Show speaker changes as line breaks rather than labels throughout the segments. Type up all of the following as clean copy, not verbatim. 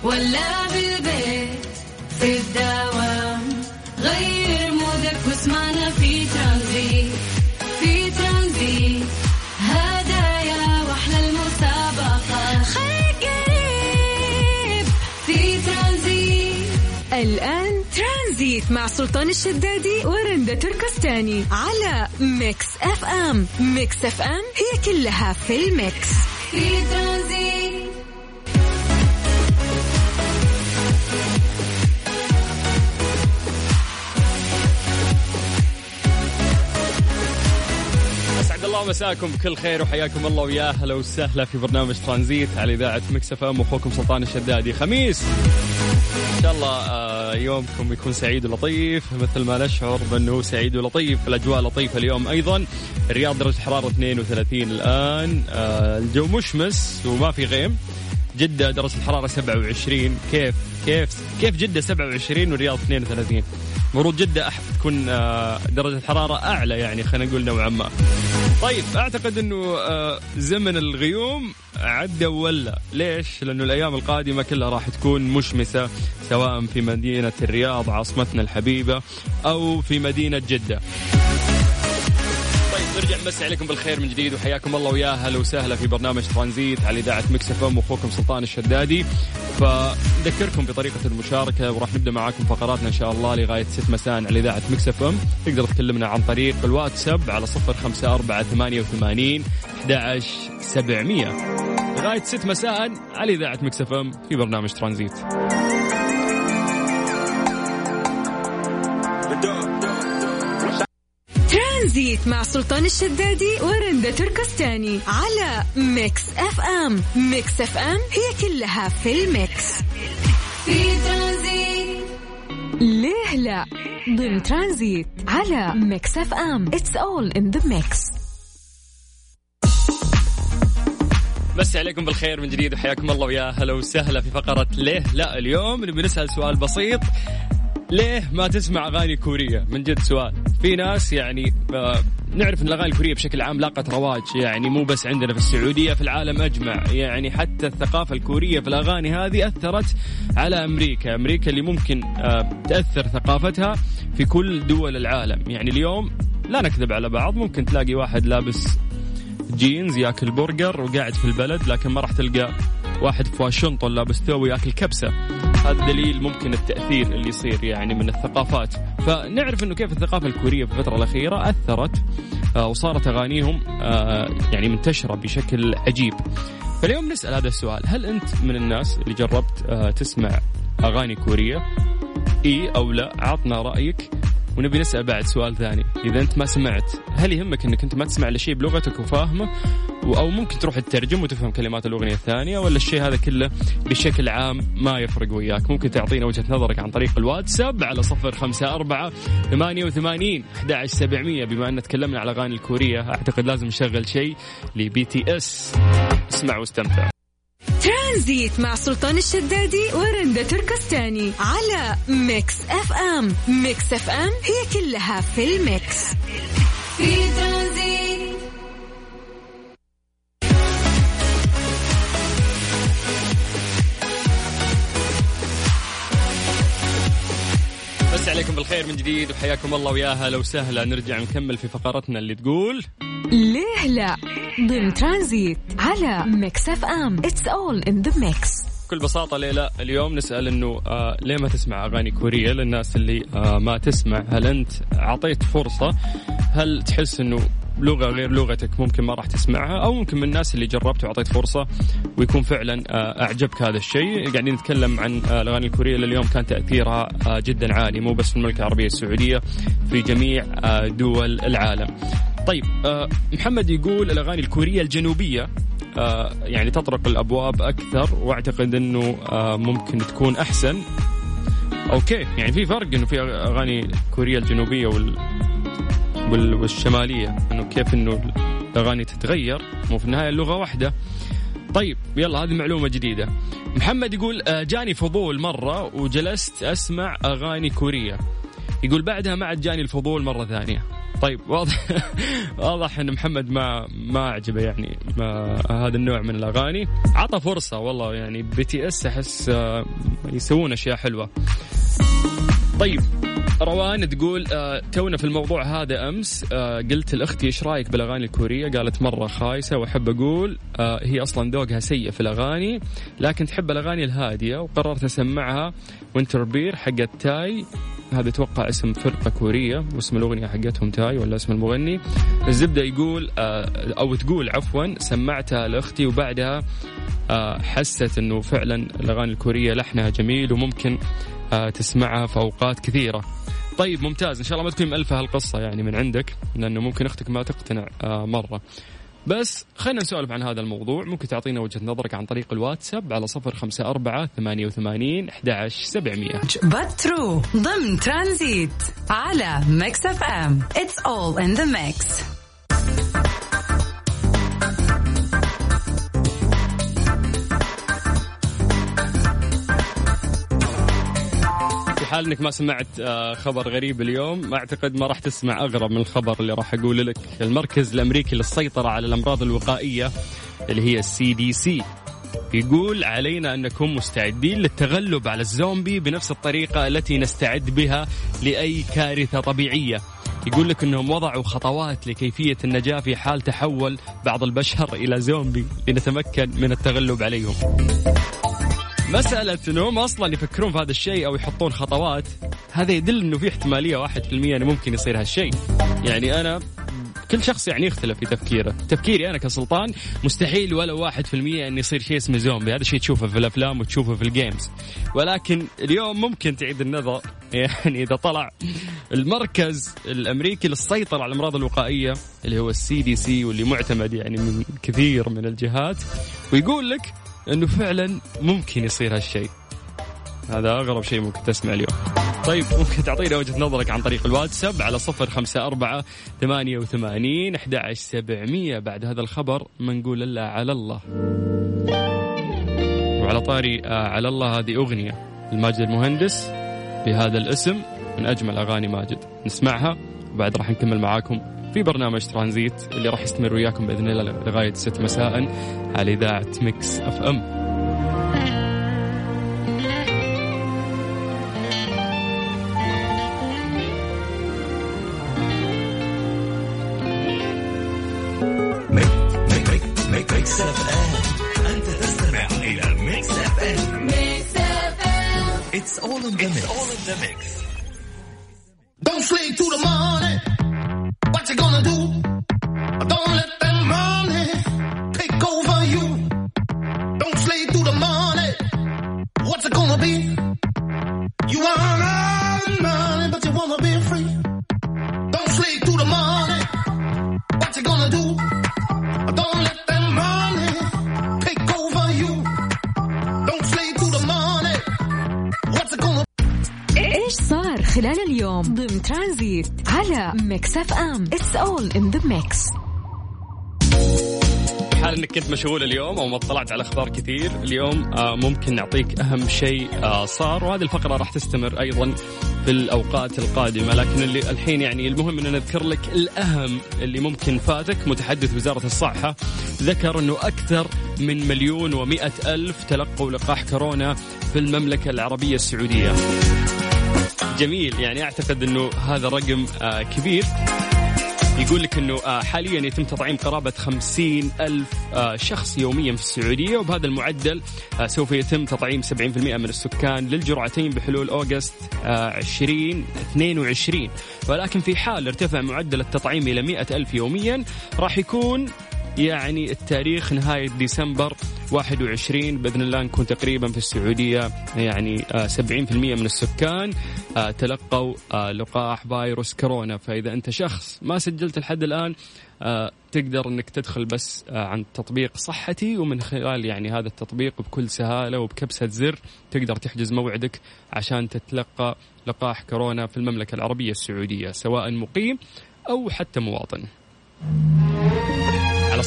ولا بالبيت في الدوام، غير مودك واسمعنا في ترانزيت. في ترانزيت هدايا واحلى المسابقة، خليك قريب في ترانزيت.
الآن ترانزيت مع سلطان الشدادي ورندا تركستاني على ميكس اف ام. ميكس اف ام هي كلها في الميكس.
في ترانزيت.
الله مساكم بكل خير وحياكم الله ويا أهلا وسهلا في برنامج ترانزيت على إذاعة ميكس اف ام، وأخوكم سلطان الشدادي. خميس إن شاء الله يومكم يكون سعيد ولطيف مثل ما نشعر بأنه سعيد ولطيف. الأجواء لطيفة اليوم أيضا. الرياض درجة حرارة 32 الآن، الجو مشمس وما في غيم. جدة درجة الحرارة 27. كيف جدة 27 والرياض 32؟ مرود جدة تكون درجة الحرارة أعلى، يعني خلينا نقول نوعا ما. طيب أعتقد أنه زمن الغيوم عدى ولا ليش؟ لأنه الأيام القادمة كلها راح تكون مشمسة، سواء في مدينة الرياض عاصمتنا الحبيبة أو في مدينة جدة. نرجع نمسي عليكم بالخير من جديد وحياكم الله ويا أهلا وسهلا في برنامج ترانزيت على إذاعة ميكس اف ام، وأخوكم سلطان الشدادي. فنذكركم بطريقة المشاركة، وراح نبدأ معاكم فقراتنا إن شاء الله لغاية 6 مساء على إذاعة ميكس اف ام. تقدر تكلمنا عن طريق الواتساب على 0548811700 لغاية 6 مساء على إذاعة ميكس اف ام في برنامج ترانزيت.
ترانزيت مع سلطان الشدادي ورندا تركستاني على ميكس اف ام. ميكس اف ام هي كلها في الميكس.
في ترانزيت.
ليه لا ضمن ترانزيت على ميكس اف ام. It's all in the mix.
مسي عليكم بالخير من جديد وحياكم الله ويا أهلا وسهلا في فقرة ليه لا. اليوم نبي نسأل سؤال بسيط: ليه ما تسمع أغاني كورية؟ من جد سؤال. في ناس يعني نعرف أن الأغاني الكورية بشكل عام لاقت رواج، يعني مو بس عندنا في السعودية، في العالم أجمع. يعني حتى الثقافة الكورية في الأغاني هذه أثرت على أمريكا اللي ممكن تأثر ثقافتها في كل دول العالم. يعني اليوم لا نكذب على بعض، ممكن تلاقي واحد لابس جينز يأكل برجر وقاعد في البلد، لكن ما راح تلقى واحد في واشنطن لابس ثوب يأكل كبسة. هذا دليل ممكن التأثير اللي يصير يعني من الثقافات. فنعرف إنه كيف الثقافة الكورية في الفترة الأخيرة أثرت وصارت أغانيهم يعني منتشرة بشكل عجيب. فاليوم نسأل هذا السؤال: هل أنت من الناس اللي جربت تسمع أغاني كورية؟ إيه أو لا؟ عطنا رأيك. ونبي نسأل بعد سؤال ثاني: إذا أنت ما سمعت، هل يهمك أنك أنت ما تسمع لشيء بلغتك وفاهمه، أو ممكن تروح تترجم وتفهم كلمات الأغنية الثانية، ولا الشيء هذا كله بشكل عام ما يفرق وياك؟ ممكن تعطينا وجهة نظرك عن طريق الواتساب على 0548811700. بما أن تكلمنا على أغاني الكورية، أعتقد لازم نشغل شيء لBTS. اسمع واستمتع.
ترانزيت مع سلطان الشدادي ورندا تركستاني على ميكس اف ام. ميكس اف ام هي كلها في الميكس.
في ترانزيت.
بس عليكم بالخير من جديد وحياكم الله ويا أهلا وسهلا. نرجع نكمل في فقرتنا اللي تقول
ليه لا ضمن ترانزيت على ميكس اف ام. It's all in the mix.
بكل بساطة ليه لا. اليوم نسأل إنه ليه ما تسمع أغاني كورية؟ للناس اللي ما تسمع، هل أنت عطيت فرصة؟ هل تحس إنه لغة غير لغتك ممكن ما راح تسمعها، أو ممكن من الناس اللي جربت وعطيت فرصة ويكون فعلا أعجبك هذا الشيء؟ قاعدين نتكلم عن الأغاني الكورية اللي اليوم كان تأثيرها جدا عالي، مو بس في المملكة العربية السعودية، في جميع دول العالم. طيب محمد يقول الأغاني الكورية الجنوبية يعني تطرق الأبواب أكثر، وأعتقد أنه ممكن تكون أحسن. أوكي، يعني في فرق أنه في أغاني كوريا الجنوبية والشمالية، أنه كيف أنه الأغاني تتغير، مو في النهاية اللغة واحدة. طيب يلا، هذه معلومة جديدة. محمد يقول جاني فضول مرة وجلست أسمع أغاني كورية، يقول بعدها ما عاد جاني الفضول مرة ثانية. طيب واضح ان محمد ما عجبه يعني ما هذا النوع من الاغاني. عطى فرصه والله يعني BTS احس يسوون اشياء حلوه. طيب روان تقول تونا في الموضوع هذا أمس قلت لأختي إيش رأيك بالأغاني الكورية؟ قالت مرة خايسة، وأحب أقول هي أصلا ذوقها سيء في الأغاني لكن تحب الأغاني الهادية، وقررت أسمعها وينتر بير حقت تاي. هذا توقع اسم فرقة كورية واسم الأغنية حقتهم تاي ولا اسم المغني. الزبدة يقول أو تقول عفوا سمعتها لأختي وبعدها حست أنه فعلا الأغاني الكورية لحنها جميل وممكن تسمعها في أوقات كثيرة. طيب ممتاز، إن شاء الله ما تكون مألفة هالقصة يعني من عندك، لأنه ممكن أختك ما تقتنع مرة. بس خلينا نسولف عن هذا الموضوع. ممكن تعطينا وجهة نظرك عن طريق الواتساب على 0548811700.
باترو ضمن ترانزيت على ميكس اف ام. It's all in the mix.
حال انك ما سمعت خبر غريب اليوم، ما اعتقد ما راح تسمع اغرب من الخبر اللي راح اقول لك. المركز الامريكي للسيطرة على الامراض الوقائية اللي هي CDC يقول علينا ان نكون مستعدين للتغلب على الزومبي بنفس الطريقة التي نستعد بها لأي كارثة طبيعية. يقول لك انهم وضعوا خطوات لكيفية النجاة في حال تحول بعض البشر الى زومبي لنتمكن من التغلب عليهم. مسألة أنهم أصلا يفكرون في هذا الشيء أو يحطون خطوات، هذا يدل أنه في احتمالية 1% أنه ممكن يصير هالشيء. يعني أنا كل شخص يعني يختلف في تفكيره. تفكيري أنا كسلطان مستحيل ولا 1% أن يصير شيء اسمه زومبي. هذا شيء تشوفه في الأفلام وتشوفه في الجيمز، ولكن اليوم ممكن تعيد النظر. يعني إذا طلع المركز الأمريكي للسيطرة على الأمراض الوقائية اللي هو CDC واللي معتمد يعني من كثير من الجهات، ويقول لك أنه فعلا ممكن يصير هالشيء، هذا أغرب شيء ممكن تسمع اليوم. طيب ممكن تعطينا وجهة نظرك عن طريق الواتساب على 0548811700. بعد هذا الخبر ما نقول إلا على الله. وعلى طاري على الله، هذه أغنية الماجد المهندس بهذا الاسم، من أجمل أغاني ماجد. نسمعها وبعد راح نكمل معاكم في برنامج ترانزيت اللي راح يستمر وياكم بإذن الله لغاية 6 مساء على إذاعة ميكس اف ام.
ميكس اف ام، أنت تستمع إلى ميكس اف ام. It's all in the mix.
Don't sleep through the morning. What you gonna do? Don't let them money take over you. Don't sleep through the morning. What's it gonna be? You want all the money, but you wanna be free. Don't sleep through the morning. What you gonna do? Don't let them money take over you. Don't sleep through the morning. What's it gonna be?
إيش صار خلال اليوم ضمن ترانزيت على ميكس اف ام. It's all in the mix.
حال انك كنت مشغول اليوم او ما اطلعت على اخبار كثير اليوم، ممكن نعطيك اهم شيء صار، وهذه الفقره راح تستمر ايضا في الاوقات القادمه. لكن اللي الحين يعني المهم ان نذكر لك الاهم اللي ممكن فاتك. متحدث وزاره الصحه ذكر انه اكثر من 1,100,000 تلقوا لقاح كورونا في المملكه العربيه السعوديه. جميل، يعني اعتقد انه هذا رقم كبير. يقول لك أنه حاليا يتم تطعيم قرابة 50,000 شخص يوميا في السعودية، وبهذا المعدل سوف يتم تطعيم 70% من السكان للجرعتين بحلول أغسطس 2022. ولكن في حال ارتفع معدل التطعيم إلى 100,000 يوميا راح يكون يعني التاريخ نهاية ديسمبر 21 بإذن الله نكون تقريبا في السعودية يعني 70% من السكان تلقوا لقاح فيروس كورونا. فإذا أنت شخص ما سجلت لحد الآن تقدر أنك تدخل بس عن تطبيق صحتي، ومن خلال يعني هذا التطبيق بكل سهالة وبكبسة زر تقدر تحجز موعدك عشان تتلقى لقاح كورونا في المملكة العربية السعودية، سواء مقيم أو حتى مواطن. على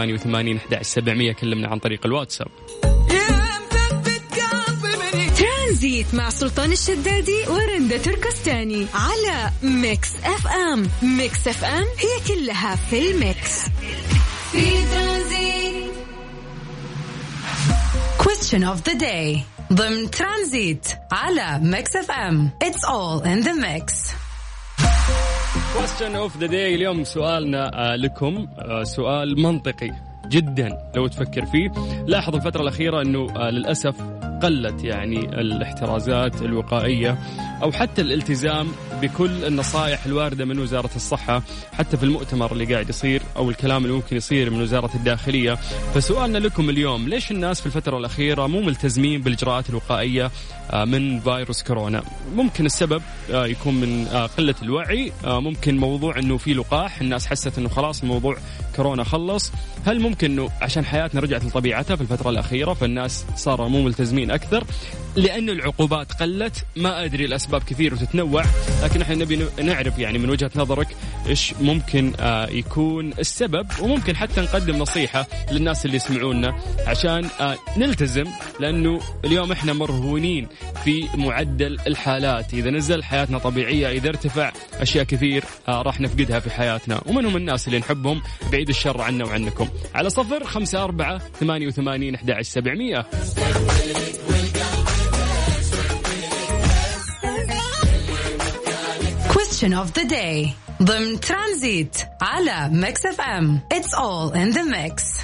0548811700 كلمنا عن طريق الواتساب.
ترانزيت مع سلطان الشدادي ورندا تركستاني على ميكس اف ام. ميكس اف ام هي كلها في الميكس.
في ترانزيت.
Question of the day ضمن ترانزيت على ميكس اف ام. It's all in the mix.
Question of the day اليوم سؤالنا لكم سؤال منطقي جدا لو تفكر فيه. لاحظ الفترة الأخيرة أنه للأسف قلت يعني الاحترازات الوقائية أو حتى الالتزام بكل النصائح الواردة من وزارة الصحة، حتى في المؤتمر اللي قاعد يصير أو الكلام اللي ممكن يصير من وزارة الداخلية. فسؤالنا لكم اليوم، ليش الناس في الفترة الأخيرة مو ملتزمين بالإجراءات الوقائية من فيروس كورونا؟ ممكن السبب يكون من قلة الوعي، ممكن موضوع أنه في لقاح، الناس حست أنه خلاص الموضوع كورونا خلص. هل ممكن أنه عشان حياتنا رجعت لطبيعتها في الفترة الأخيرة فالناس صاروا مو ملتزمين أكثر؟ لأنه العقوبات قلت؟ ما أدري، الأسباب كثير وتتنوع، لكن احنا نبي نعرف يعني من وجهة نظرك إيش ممكن يكون السبب، وممكن حتى نقدم نصيحة للناس اللي يسمعونا عشان نلتزم، لأنه اليوم احنا مرهونين في معدل الحالات. إذا نزل حياتنا طبيعية، إذا ارتفع أشياء كثير راح نفقدها في حياتنا، ومنهم الناس اللي نحبهم بعيد الشر عنا وعنكم. على 0548811700.
Question of the day ضمن ترانزيت على ميكس اف ام. It's all in the mix.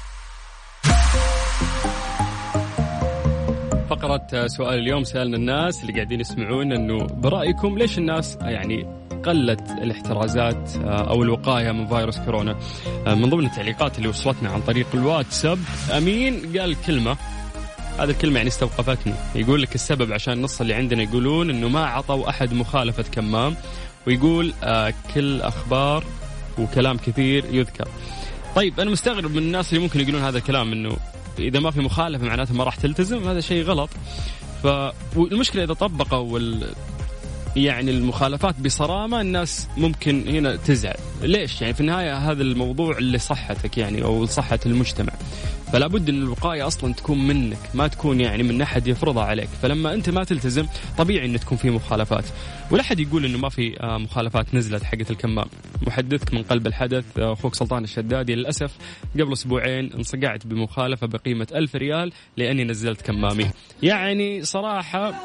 فقرة سؤال اليوم سألنا الناس اللي قاعدين يسمعون أنه برأيكم ليش الناس يعني قلت الاحترازات أو الوقاية من فيروس كورونا؟ من ضمن التعليقات اللي وصلتنا عن طريق الواتساب، أمين قال كلمة، هذه الكلمة يعني استوقفتني. يقول لك السبب عشان النص اللي عندنا يقولون أنه ما عطوا أحد مخالفة كمام، ويقول كل أخبار وكلام كثير يذكر. طيب أنا مستغرب من الناس اللي ممكن يقولون هذا الكلام، أنه إذا ما في مخالفة معناته ما راح تلتزم، هذا شيء غلط. فالمشكلة إذا طبقوا يعني المخالفات بصرامة الناس ممكن هنا تزعل. ليش؟ يعني في النهاية هذا الموضوع اللي صحتك يعني أو صحة المجتمع، فلا بد أن الوقاية أصلا تكون منك، ما تكون يعني من أحد يفرضها عليك. فلما أنت ما تلتزم طبيعي أن تكون في مخالفات. ولا حد يقول أنه ما في مخالفات نزلت حقة الكمام. محدثك من قلب الحدث أخوك سلطان الشدادي للأسف قبل أسبوعين انصقعت بمخالفة بقيمة 1000 ريال لأني نزلت كمامي. يعني صراحة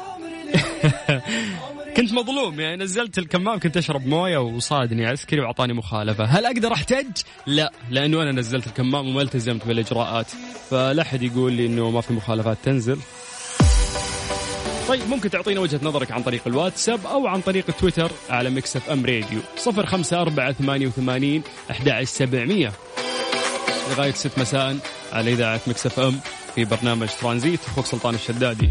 كنت مظلوم، يعني نزلت الكمام كنت أشرب موية وصادني عسكري وعطاني مخالفة. هل أقدر أحتج؟ لا، لأنه أنا نزلت الكمام وما التزمت بالإجراءات. فلا حد يقول لي أنه ما في مخالفات تنزل. طيب ممكن تعطينا وجهة نظرك عن طريق الواتساب أو عن طريق تويتر على ميكس اف ام راديو 0548811700 لغاية 6 مساء على إذاعة ميكس اف ام في برنامج ترانزيت. أخوك سلطان الشدادي.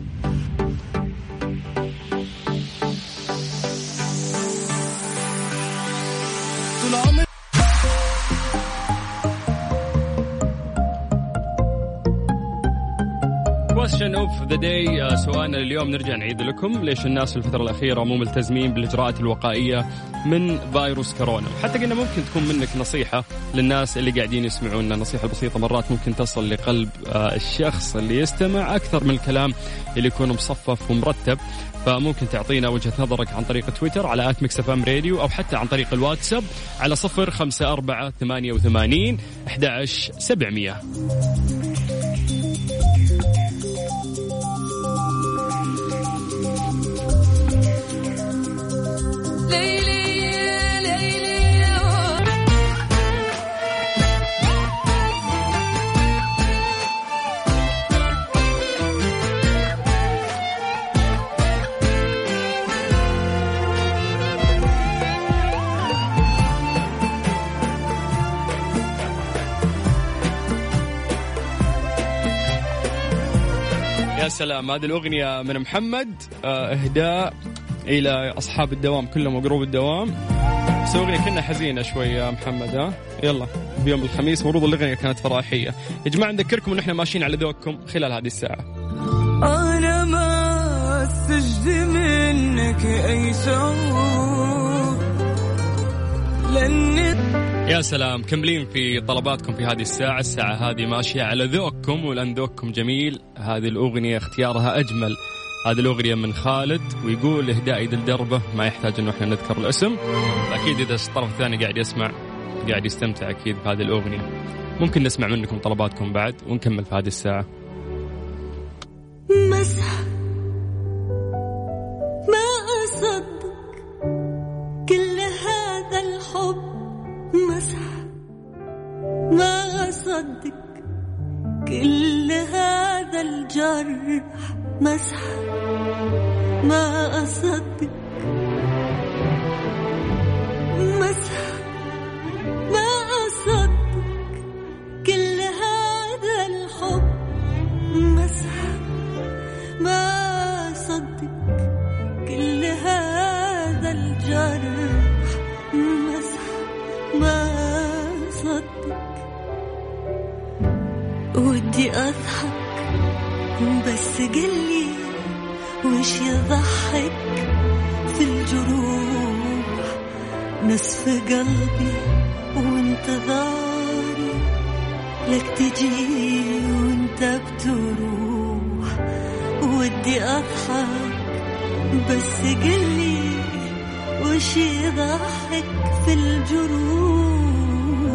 Question of the day سؤالنا اليوم نرجع نعيد لكم، ليش الناس في الفترة الأخيرة مو ملتزمين بالإجراءات الوقائية من فيروس كورونا؟ حتى قلنا ممكن تكون منك نصيحة للناس اللي قاعدين يسمعونا. نصيحة بسيطة مرات ممكن تصل لقلب الشخص اللي يستمع أكثر من الكلام اللي يكون مصفف ومرتب. فممكن تعطينا وجهة نظرك عن طريق تويتر على @mixfmradio أو حتى عن طريق الواتساب على 0548811700. يا سلام، هذه الأغنية من محمد إهداء إلى أصحاب الدوام كلهم وقروب الدوام. بس أغنية كنا حزينة شوي يا محمد. يلا بيوم الخميس مفروض الأغنية كانت فرحية. يا جماعة نذكركم إن إحنا ماشيين على ذوقكم خلال هذه الساعة.
أنا ما استجد منك أي شعور لأني.
يا سلام، كملين في طلباتكم في هذه الساعة. الساعة هذه ماشية على ذوقكم، ولأن ذوقكم جميل هذه الأغنية اختيارها أجمل هذه الأغنية من خالد، ويقول إهدائي للدربة ما يحتاج إنه إحنا نذكر الاسم، أكيد إذا الطرف الثاني قاعد يسمع قاعد يستمتع أكيد بهذه الأغنية. ممكن نسمع منكم طلباتكم بعد ونكمل في هذه الساعة.
مسح ما أصدق كل هذا الحب، مسح ما أصدق كل هذا الجرح، مسح ما أصدق، مسح ما أصدق كل هذا الحب، مسح ما أصدق كل هذا الجرح، مسح ما أصدق. ودي أضحك بس قلي وش يضحك في الجروح، نصف قلبي وانتظاري لك تجي وانت بتروح. ودي أضحك بس قلي وش يضحك في الجروح،